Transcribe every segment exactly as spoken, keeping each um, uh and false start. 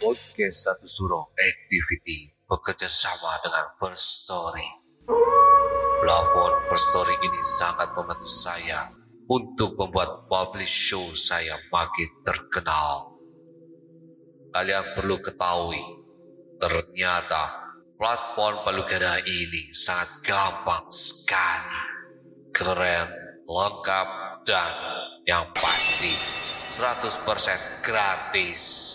Podcast Satu Suro Activity bekerja sama dengan First Story. Platform First Story ini sangat membantu saya untuk membuat publish show saya makin terkenal. Kalian perlu ketahui, ternyata platform Palugada ini sangat gampang sekali, keren, lengkap, dan yang pasti seratus persen gratis.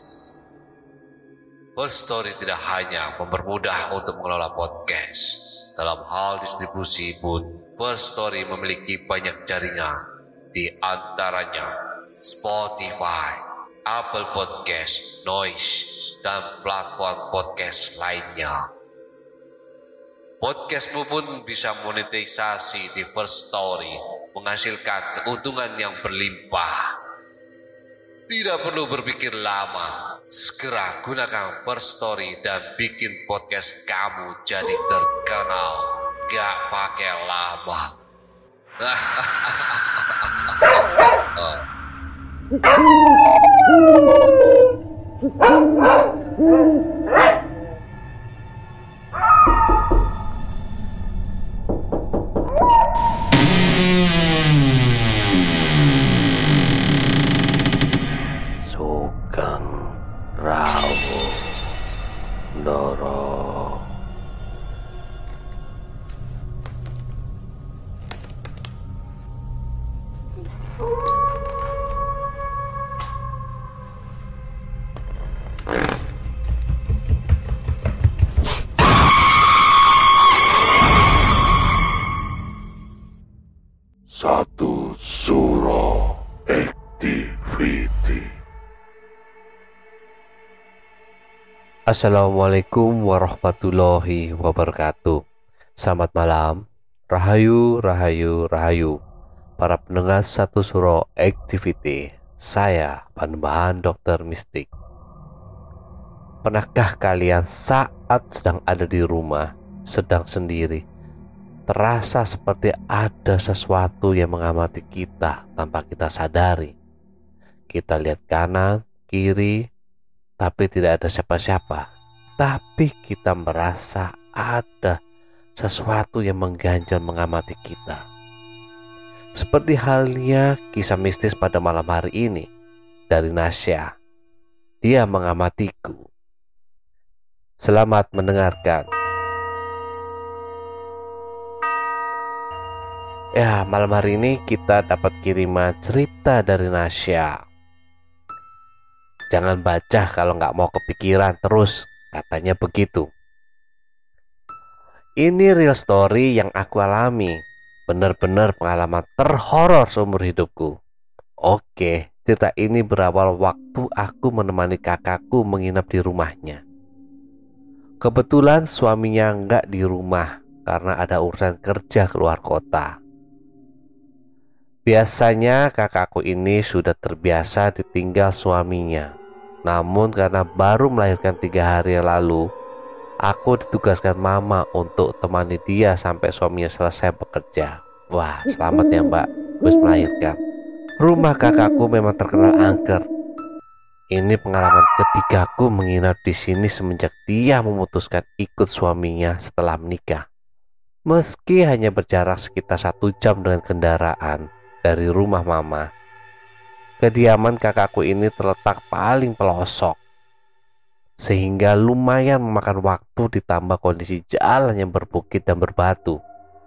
First Story tidak hanya mempermudah untuk mengelola podcast, dalam hal distribusi pun First Story memiliki banyak jaringan, di antaranya Spotify, Apple Podcast, Noise, dan platform podcast lainnya. Podcastmu pun bisa monetisasi di First Story, menghasilkan keuntungan yang berlimpah. Tidak perlu berpikir lama, segera gunakan First Story dan bikin podcast kamu jadi terkenal. Gak pakai lama. Sugeng Rawuh Ndara. Satu Suro Activity. Assalamualaikum warahmatullahi wabarakatuh. Selamat malam, rahayu, rahayu, rahayu para pendengar Satu Suro Activity. Saya Panembahan Dokter Mistik. Pernahkah kalian saat sedang ada di rumah, sedang sendiri, terasa seperti ada sesuatu yang mengamati kita tanpa kita sadari? Kita lihat kanan, kiri, tapi tidak ada siapa-siapa. Tapi kita merasa ada sesuatu yang mengganjal mengamati kita. Seperti halnya kisah mistis pada malam hari ini dari Nasya. Dia mengamatiku. Selamat mendengarkan. Ya, malam hari ini kita dapat kiriman cerita dari Nasya. Jangan baca kalau nggak mau kepikiran terus, katanya begitu. Ini real story yang aku alami, benar-benar pengalaman terhoror seumur hidupku. Oke, cerita ini berawal waktu aku menemani kakakku menginap di rumahnya. Kebetulan suaminya nggak di rumah karena ada urusan kerja keluar kota. Biasanya kakakku ini sudah terbiasa ditinggal suaminya. Namun karena baru melahirkan tiga hari yang lalu, aku ditugaskan mama untuk temani dia sampai suaminya selesai bekerja. Wah, selamat ya mbak, habis melahirkan. Rumah kakakku memang terkenal angker. Ini pengalaman ketigaku menginap di sini semenjak dia memutuskan ikut suaminya setelah menikah. Meski hanya berjarak sekitar satu jam dengan kendaraan dari rumah mama, kediaman kakakku ini terletak paling pelosok, sehingga lumayan memakan waktu ditambah kondisi jalan yang berbukit dan berbatu.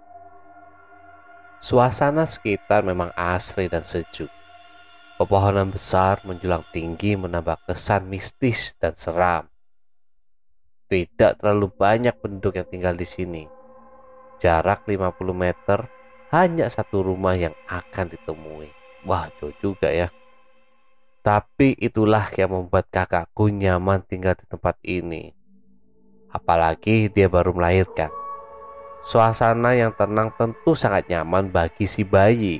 Suasana sekitar memang asri dan sejuk. Pepohonan besar menjulang tinggi menambah kesan mistis dan seram. Tidak terlalu banyak penduduk yang tinggal di sini. Jarak lima puluh meter hanya satu rumah yang akan ditemui. Wah, jauh juga ya. Tapi itulah yang membuat kakakku nyaman tinggal di tempat ini. Apalagi dia baru melahirkan. Suasana yang tenang tentu sangat nyaman bagi si bayi.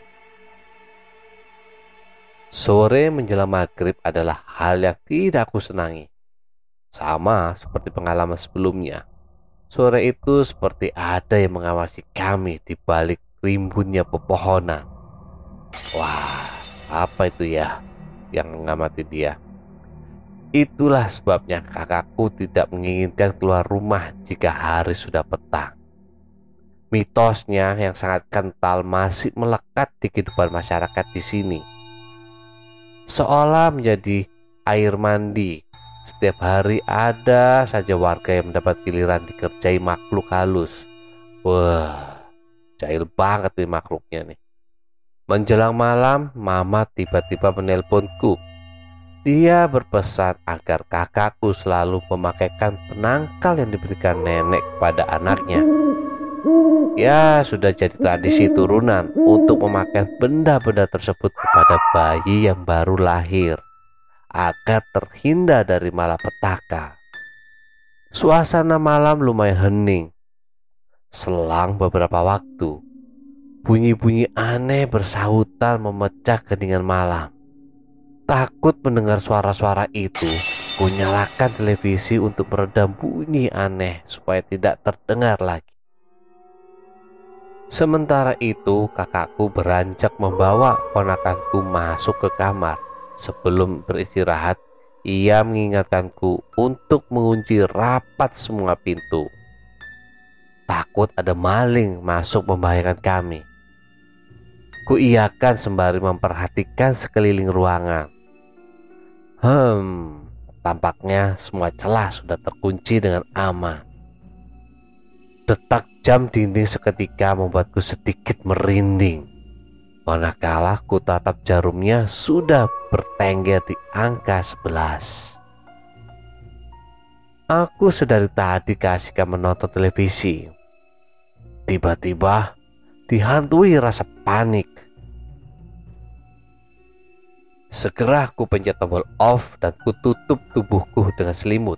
Sore menjelang maghrib adalah hal yang tidak aku senangi. Sama seperti pengalaman sebelumnya. Sore itu seperti ada yang mengawasi kami di balik rimbunnya pepohonan. Wah, apa itu ya yang mengamati dia? Itulah sebabnya kakakku tidak menginginkan keluar rumah jika hari sudah petang. Mitosnya yang sangat kental masih melekat di kehidupan masyarakat di sini, seolah menjadi air mandi. Setiap hari ada saja warga yang mendapat giliran dikerjai makhluk halus. Wah, jahil banget nih makhluknya nih. Menjelang malam, mama tiba-tiba menelponku. Dia berpesan agar kakakku selalu memakaikan penangkal yang diberikan nenek kepada anaknya. Ya, sudah jadi tradisi turunan untuk memakai benda-benda tersebut kepada bayi yang baru lahir, agar terhindar dari malapetaka. Suasana malam lumayan hening. Selang beberapa waktu, bunyi-bunyi aneh bersahutan memecah keheningan malam. Takut mendengar suara-suara itu, ku nyalakan televisi untuk meredam bunyi aneh supaya tidak terdengar lagi. Sementara itu, kakakku beranjak membawa ponakanku masuk ke kamar. Sebelum beristirahat, ia mengingatkanku untuk mengunci rapat semua pintu. Takut ada maling masuk membahayakan kami. Ku iakan sembari memperhatikan sekeliling ruangan. Hmm, tampaknya semua celah sudah terkunci dengan aman. Detak jam dinding seketika membuatku sedikit merinding. Manakala ku tatap jarumnya sudah bertengger di angka sebelas. Aku sedari tadi keasikan menonton televisi. Tiba-tiba dihantui rasa panik. Segera ku pencet tombol off dan ku tutup tubuhku dengan selimut.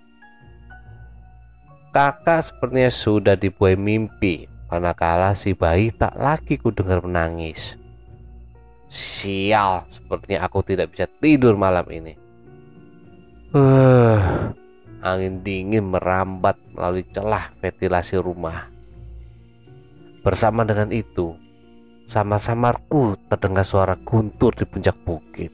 Kakak sepertinya sudah dibuai mimpi manakala si bayi tak lagi ku dengar menangis. Sial, sepertinya aku tidak bisa tidur malam ini. Uh, angin dingin merambat melalui celah ventilasi rumah. Bersama dengan itu, samar-samarku terdengar suara guntur di puncak bukit.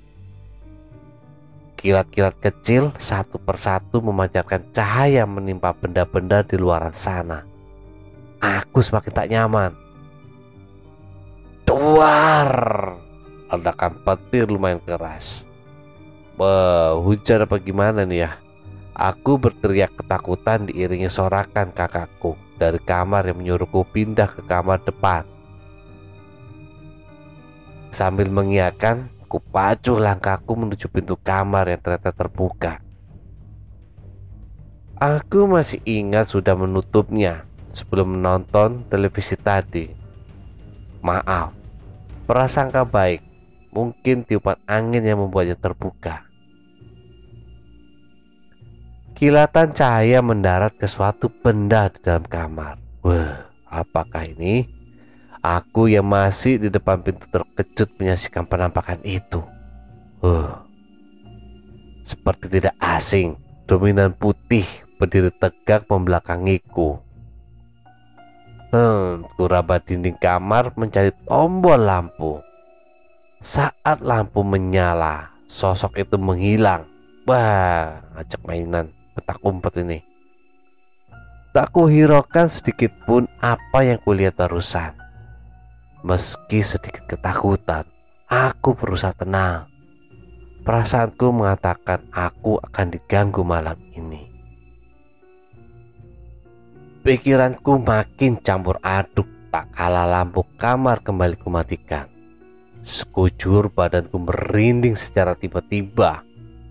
Kilat-kilat kecil satu persatu memancarkan cahaya menimpa benda-benda di luaran sana. Aku semakin tak nyaman. Duar! Ledakan petir lumayan keras. Wah, hujan apa gimana nih ya? Aku berteriak ketakutan diiringi sorakan kakakku dari kamar yang menyuruhku pindah ke kamar depan. Sambil mengiyakan, ku pacu langkahku menuju pintu kamar yang ternyata terbuka. Aku masih ingat sudah menutupnya sebelum menonton televisi tadi. Maaf, prasangka baik, mungkin tiupan angin yang membuatnya terbuka. Kilatan cahaya mendarat ke suatu benda di dalam kamar. Wah, apakah ini? Aku yang masih di depan pintu terkejut menyaksikan penampakan itu. Uh, seperti tidak asing, dominan putih berdiri tegak membelakangiku. Hmm, ku raba dinding kamar mencari tombol lampu. Saat lampu menyala, sosok itu menghilang. Wah, ajak mainan petak umpet ini. Tak kuhiraukan sedikit pun apa yang kulihat barusan. Meski sedikit ketakutan, aku berusaha tenang. Perasaanku mengatakan aku akan diganggu malam ini. Pikiranku makin campur aduk tak kala lampu kamar kembali kumatikan. Sekujur badanku merinding secara tiba-tiba.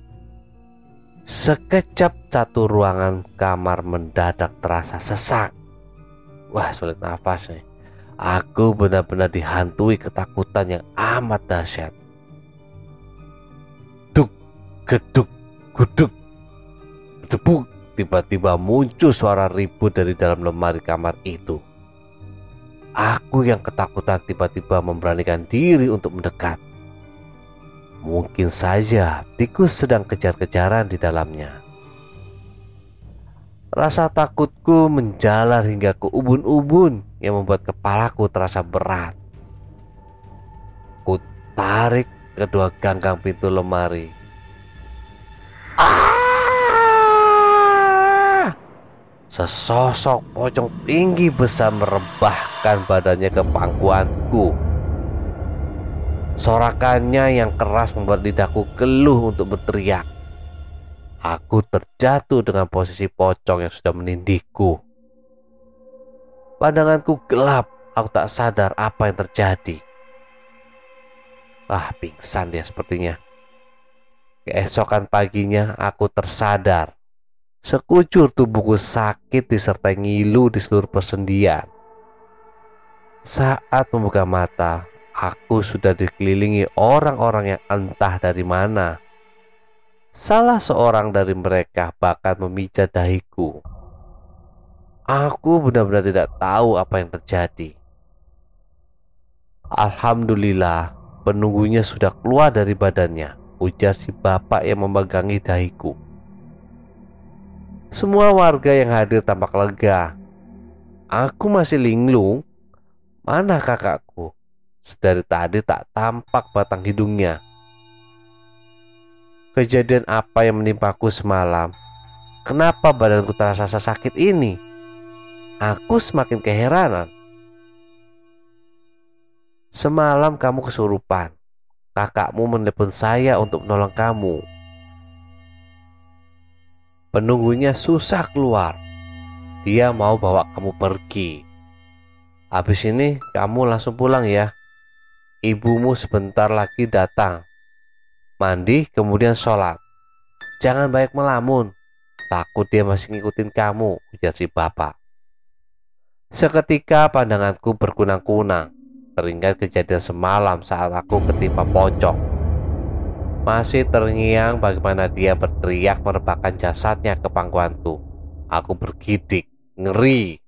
Sekejap satu ruangan kamar mendadak terasa sesak. Wah, sulit nafas nih. Aku benar-benar dihantui ketakutan yang amat dahsyat. Duk, geduk, guduk, debuk. Tiba-tiba muncul suara ribut dari dalam lemari kamar itu. Aku yang ketakutan tiba-tiba memberanikan diri untuk mendekat. Mungkin saja tikus sedang kejar-kejaran di dalamnya. Rasa takutku menjalar hingga ke ubun-ubun yang membuat kepalaku terasa berat. Ku tarik kedua ganggang pintu lemari. Ah! sesosok pocong tinggi besar merebahkan badannya ke pangkuanku. Sorakannya yang keras membuat lidahku keluh untuk berteriak. Aku terjatuh dengan posisi pocong yang sudah menindihku. Pandanganku gelap, aku tak sadar apa yang terjadi. Ah, pingsan dia sepertinya. Keesokan paginya aku tersadar. Sekujur tubuhku sakit disertai ngilu di seluruh persendian. Saat membuka mata, aku sudah dikelilingi orang-orang yang entah dari mana. Salah seorang dari mereka bahkan memijat dahiku. Aku benar-benar tidak tahu apa yang terjadi. Alhamdulillah, penunggunya sudah keluar dari badannya, ujar si bapak yang memegangi dahiku. Semua warga yang hadir tampak lega. Aku masih linglung. Mana kakakku? Sedari tadi tak tampak batang hidungnya. Kejadian apa yang menimpaku semalam? Kenapa badanku terasa sakit ini? Aku semakin keheranan. Semalam kamu kesurupan. Kakakmu menelepon saya untuk menolong kamu. Penunggunya susah keluar. Dia mau bawa kamu pergi. Habis ini kamu langsung pulang ya. Ibumu sebentar lagi datang. Mandi kemudian sholat. Jangan banyak melamun. Takut dia masih ngikutin kamu, ujar si bapak. Seketika pandanganku berkunang-kunang. Teringat kejadian semalam saat aku ketimpa pocong. Masih terngiang bagaimana dia berteriak merebahkan jasadnya ke pangkuanku. Aku bergidik, ngeri.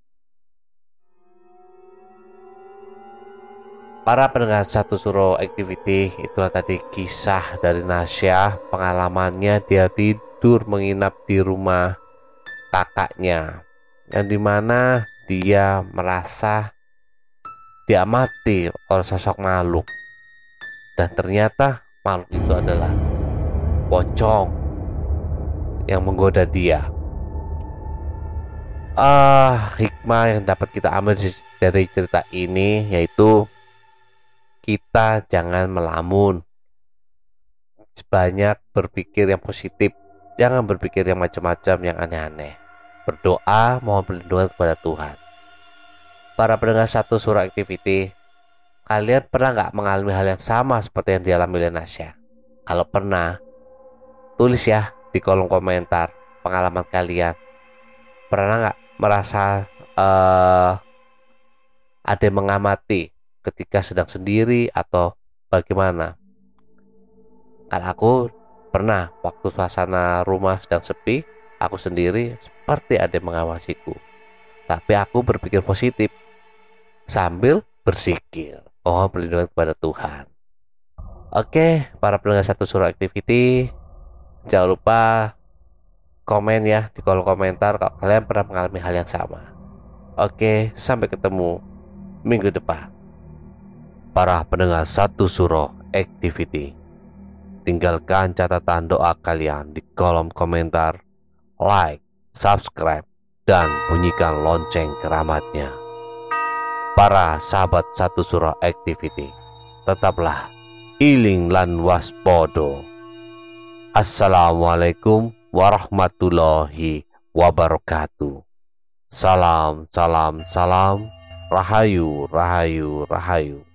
Para pendengar Satu Suro Activity, itulah tadi kisah dari Nasya. Pengalamannya dia tidur menginap di rumah kakaknya, yang dimana dia merasa diamati oleh sosok makhluk. Dan ternyata makhluk itu adalah pocong yang menggoda dia. Ah, hikmah yang dapat kita ambil dari cerita ini yaitu kita jangan melamun, banyak berpikir yang positif, jangan berpikir yang macam-macam, yang aneh-aneh. Berdoa, mohon perlindungan kepada Tuhan. Para pendengar Satu Suro Activity, kalian pernah nggak mengalami hal yang sama seperti yang dialami oleh Nasya? Kalau pernah, tulis ya di kolom komentar pengalaman kalian. Pernah nggak merasa uh, ada yang mengamati ketika sedang sendiri atau bagaimana? Kalau aku pernah, waktu suasana rumah sedang sepi, aku sendiri seperti ada yang mengawasiku. Tapi aku berpikir positif sambil berzikir, mohon perlindungan kepada Tuhan. Oke, para pendengar Satu Suro Activity, jangan lupa komen ya di kolom komentar kalau kalian pernah mengalami hal yang sama. Oke, sampai ketemu minggu depan. Para pendengar Satu Suro Activity, tinggalkan catatan doa kalian di kolom komentar, like, subscribe, dan bunyikan lonceng keramatnya. Para sahabat Satu Suro Activity, tetaplah iling lan waspodo. Assalamualaikum warahmatullahi wabarakatuh. Salam, salam, salam. Rahayu, rahayu, rahayu.